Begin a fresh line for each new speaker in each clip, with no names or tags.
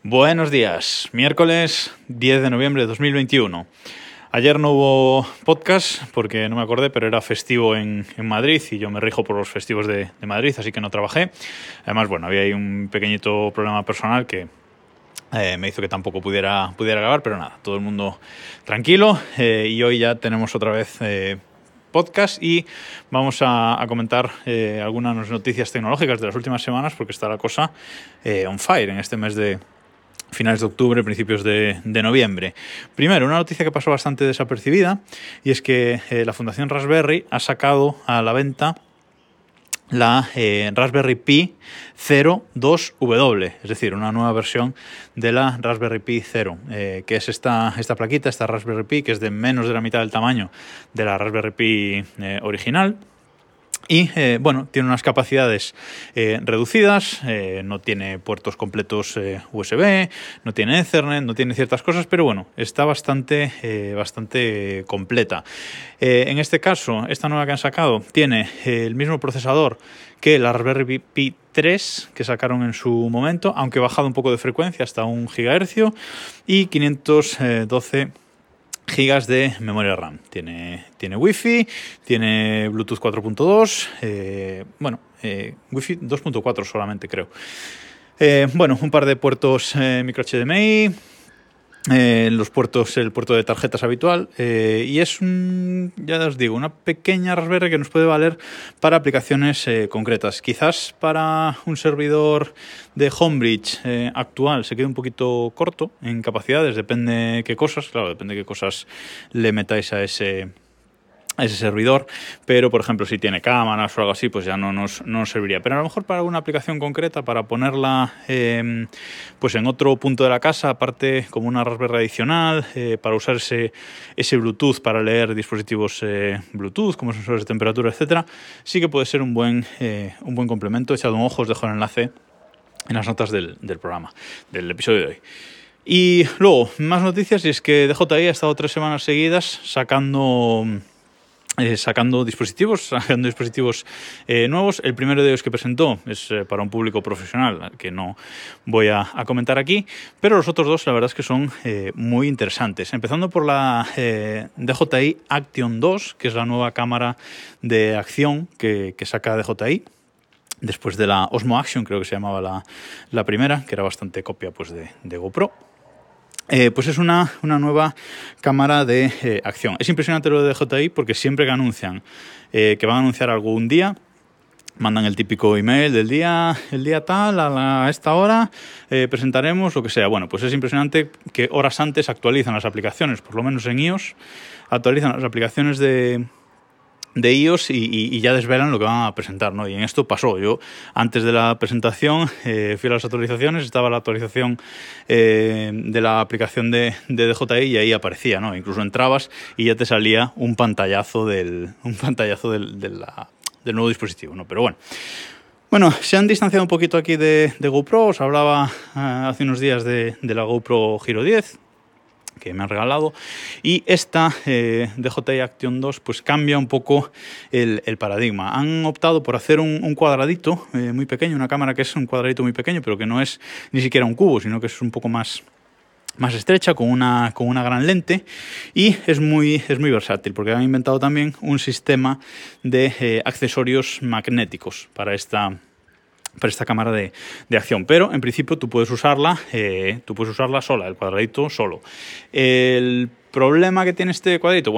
Buenos días, miércoles 10 de noviembre de 2021. Ayer no hubo podcast porque no me acordé, pero era festivo en Madrid y yo me rijo por los festivos de Madrid, así que no trabajé. Además, bueno, había ahí un pequeñito problema personal que me hizo que tampoco pudiera grabar, pero nada, todo el mundo tranquilo y hoy ya tenemos otra vez podcast y vamos a comentar algunas noticias tecnológicas de las últimas semanas porque está la cosa on fire en este mes de finales de octubre, principios de noviembre. Primero, una noticia que pasó bastante desapercibida y es que la Fundación Raspberry ha sacado a la venta la Raspberry Pi 02W, es decir, una nueva versión de la Raspberry Pi 0, que es esta plaquita, esta Raspberry Pi, que es de menos de la mitad del tamaño de la Raspberry Pi original. Y bueno, tiene unas capacidades reducidas, no tiene puertos completos USB, no tiene Ethernet, no tiene ciertas cosas, pero bueno, está bastante completa. En este caso, esta nueva que han sacado tiene el mismo procesador que la Raspberry Pi 3 que sacaron en su momento, aunque ha bajado un poco de frecuencia hasta 1 GHz y 512 gigas de memoria RAM. Tiene Wi-Fi, tiene Bluetooth 4.2, Wi-Fi 2.4 solamente creo. Un par de puertos micro HDMI, el puerto de tarjetas habitual y es ya os digo, una pequeña Raspberry que nos puede valer para aplicaciones concretas. Quizás para un servidor de Homebridge actual se quede un poquito corto en capacidades, depende qué cosas le metáis a ese servidor, pero por ejemplo si tiene cámaras o algo así pues ya no nos serviría, pero a lo mejor para alguna aplicación concreta, para ponerla pues en otro punto de la casa, aparte como una Raspberry adicional, para usar ese Bluetooth para leer dispositivos Bluetooth como sensores de temperatura, etcétera, sí que puede ser un buen complemento. Echad un ojo, os dejo el enlace en las notas del programa, del episodio de hoy. Y luego, más noticias, y es que DJI ha estado 3 semanas seguidas sacando dispositivos nuevos. El primero de ellos que presentó es para un público profesional, que no voy a comentar aquí, pero los otros dos la verdad es que son muy interesantes. Empezando por la DJI Action 2, que es la nueva cámara de acción que saca DJI. Después de la Osmo Action, creo que se llamaba la primera, que era bastante copia pues de GoPro. Pues es una nueva cámara de acción. Es impresionante lo de DJI porque siempre que anuncian que van a anunciar algún día, mandan el típico email del día, el día tal, a esta hora, presentaremos lo que sea. Bueno, pues es impresionante que horas antes actualizan las aplicaciones, por lo menos en iOS, actualizan las aplicaciones de iOS y ya desvelan lo que van a presentar, ¿no? Y en esto pasó. Yo, antes de la presentación, fui a las actualizaciones, estaba la actualización de la aplicación de DJI y ahí aparecía, ¿no? Incluso entrabas y ya te salía un pantallazo del nuevo dispositivo, ¿no? Pero bueno, se han distanciado un poquito aquí de GoPro. Os hablaba hace unos días de la GoPro Hero 10, que me han regalado, y esta DJI Action 2 pues cambia un poco el paradigma. Han optado por hacer un cuadradito muy pequeño, una cámara que es un cuadradito muy pequeño, pero que no es ni siquiera un cubo, sino que es un poco más estrecha, con una gran lente, y es muy versátil porque han inventado también un sistema de accesorios magnéticos para esta cámara de acción, pero en principio tú puedes usarla sola, el cuadradito solo. El problema que tiene este cuadradito,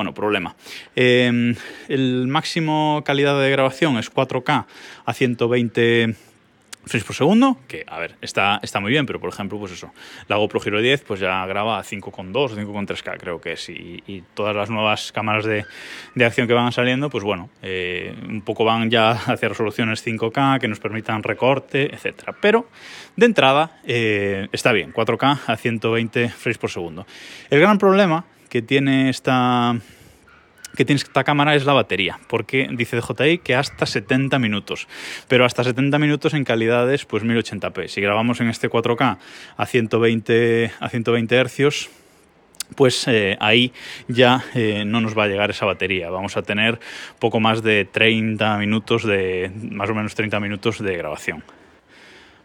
el máximo calidad de grabación es 4K a 120 frames por segundo, que a ver, está muy bien, pero por ejemplo, pues eso, la GoPro Hero 10 pues ya graba a 5.2 o 5.3K creo que es, y todas las nuevas cámaras de acción que van saliendo, pues bueno, un poco van ya hacia resoluciones 5K que nos permitan recorte, etcétera. Pero de entrada está bien, 4K a 120 frames por segundo. El gran problema que tiene esta cámara es la batería, porque dice DJI que hasta 70 minutos, pero hasta 70 minutos en calidades pues 1080p. Si grabamos en este 4K a 120 Hz, pues ahí ya no nos va a llegar esa batería. Vamos a tener poco más de 30 minutos más o menos 30 minutos de grabación.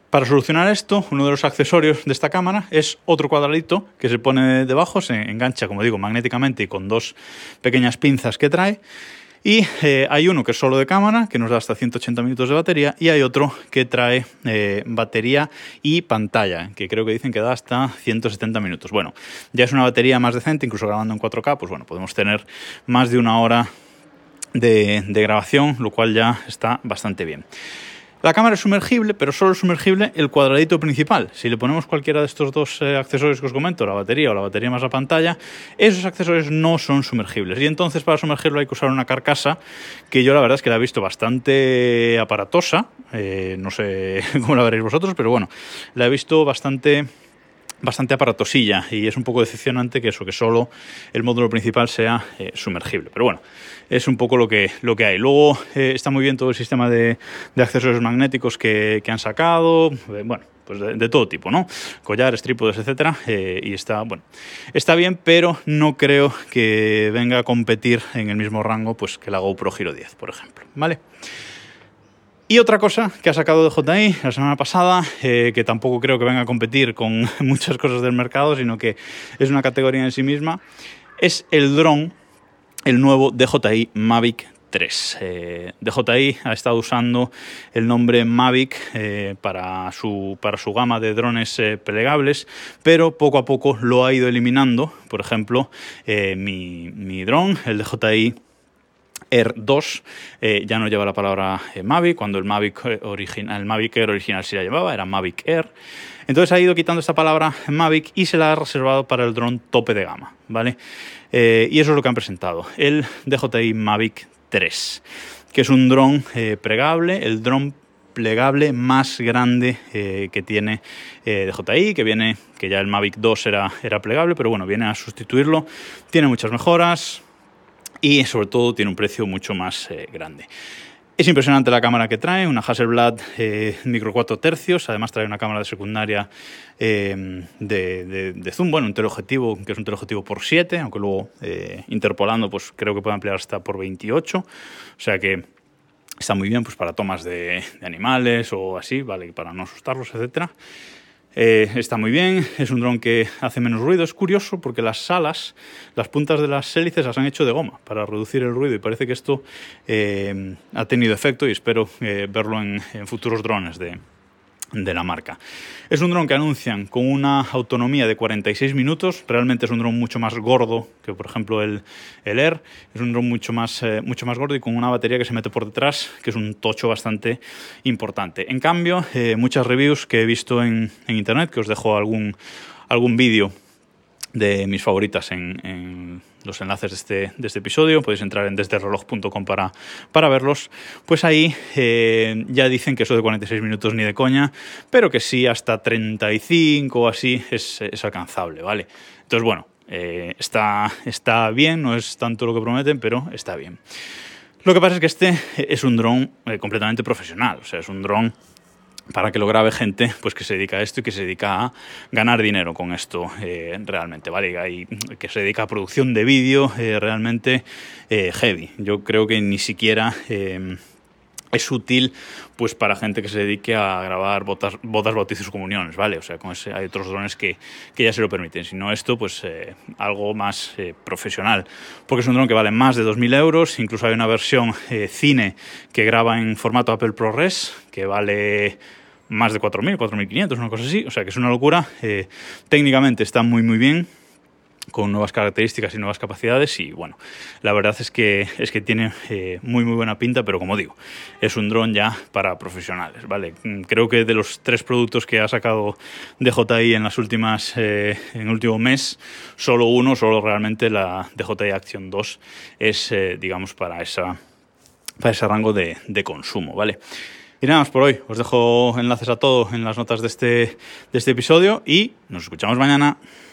Para solucionar esto, uno de los accesorios de esta cámara es otro cuadradito que se pone debajo, se engancha, como digo, magnéticamente y con dos pequeñas pinzas que trae. Y hay uno que es solo de cámara, que nos da hasta 180 minutos de batería, y hay otro que trae batería y pantalla, que creo que dicen que da hasta 170 minutos. Bueno, ya es una batería más decente, incluso grabando en 4K, pues bueno, podemos tener más de una hora de grabación, lo cual ya está bastante bien. La cámara es sumergible, pero solo es sumergible el cuadradito principal. Si le ponemos cualquiera de estos dos accesorios que os comento, la batería o la batería más la pantalla, esos accesorios no son sumergibles. Y entonces para sumergirlo hay que usar una carcasa que yo la verdad es que la he visto bastante aparatosa. No sé cómo la veréis vosotros, pero bueno, la he visto bastante aparatosilla, y es un poco decepcionante que solo el módulo principal sea sumergible, pero bueno, es un poco lo que hay. Luego está muy bien todo el sistema de accesorios magnéticos que han sacado, bueno, pues de todo tipo, ¿no? Collares, trípodes, etcétera, y está bien, pero no creo que venga a competir en el mismo rango pues que la GoPro Hero 10, por ejemplo, ¿vale? Y otra cosa que ha sacado DJI la semana pasada, que tampoco creo que venga a competir con muchas cosas del mercado, sino que es una categoría en sí misma, es el dron, el nuevo DJI Mavic 3. DJI ha estado usando el nombre Mavic para su gama de drones plegables, pero poco a poco lo ha ido eliminando. Por ejemplo, mi dron, el DJI Air 2, ya no lleva la palabra Mavic, cuando el Mavic Air original sí la llevaba, era Mavic Air. Entonces ha ido quitando esta palabra Mavic y se la ha reservado para el dron tope de gama, ¿vale? Y eso es lo que han presentado, el DJI Mavic 3, que es un dron plegable, el dron plegable más grande que tiene DJI, que ya el Mavic 2 era plegable, pero bueno, viene a sustituirlo, tiene muchas mejoras y sobre todo tiene un precio mucho más grande. Es impresionante la cámara que trae, una Hasselblad micro 4 tercios, además trae una cámara de secundaria de zoom, bueno, un teleobjetivo que es un teleobjetivo por 7, aunque luego interpolando pues creo que puede ampliar hasta por 28, o sea que está muy bien pues para tomas de animales o así, ¿vale? Para no asustarlos, etcétera. Está muy bien, es un dron que hace menos ruido. Es curioso porque las alas, las puntas de las hélices las han hecho de goma para reducir el ruido, y parece que esto ha tenido efecto, y espero verlo en futuros drones de la marca. Es un dron que anuncian con una autonomía de 46 minutos. Realmente es un dron mucho más gordo que, por ejemplo, el Air. Es un dron mucho más gordo y con una batería que se mete por detrás, que es un tocho bastante importante. En cambio, muchas reviews que he visto en internet, que os dejo algún vídeo de mis favoritas en los enlaces de este episodio, podéis entrar en desdereloj.com para verlos, pues ahí ya dicen que eso de 46 minutos ni de coña, pero que sí hasta 35 o así es alcanzable, ¿vale? Entonces, bueno, está bien, no es tanto lo que prometen, pero está bien. Lo que pasa es que este es un dron completamente profesional, o sea, es un dron para que lo grabe gente pues que se dedica a esto y que se dedica a ganar dinero con esto realmente, ¿vale? Y que se dedica a producción de vídeo realmente heavy. Yo creo que ni siquiera es útil pues para gente que se dedique a grabar bodas, bautizos y comuniones, ¿vale? O sea, con ese, hay otros drones que ya se lo permiten. Si no esto, pues algo más profesional. Porque es un dron que vale más de 2.000 euros. Incluso hay una versión cine que graba en formato Apple ProRes, que vale más de 4.000, 4.500, una cosa así. O sea, que es una locura. Técnicamente está muy, muy bien, con nuevas características y nuevas capacidades, y bueno, la verdad es que tiene muy muy buena pinta, pero como digo, es un dron ya para profesionales, ¿vale? Creo que de los 3 productos que ha sacado DJI en las últimas en el último mes, solo realmente la DJI Action 2 es digamos para ese rango de consumo, ¿vale? Y nada más por hoy, os dejo enlaces a todo en las notas de este episodio y nos escuchamos mañana.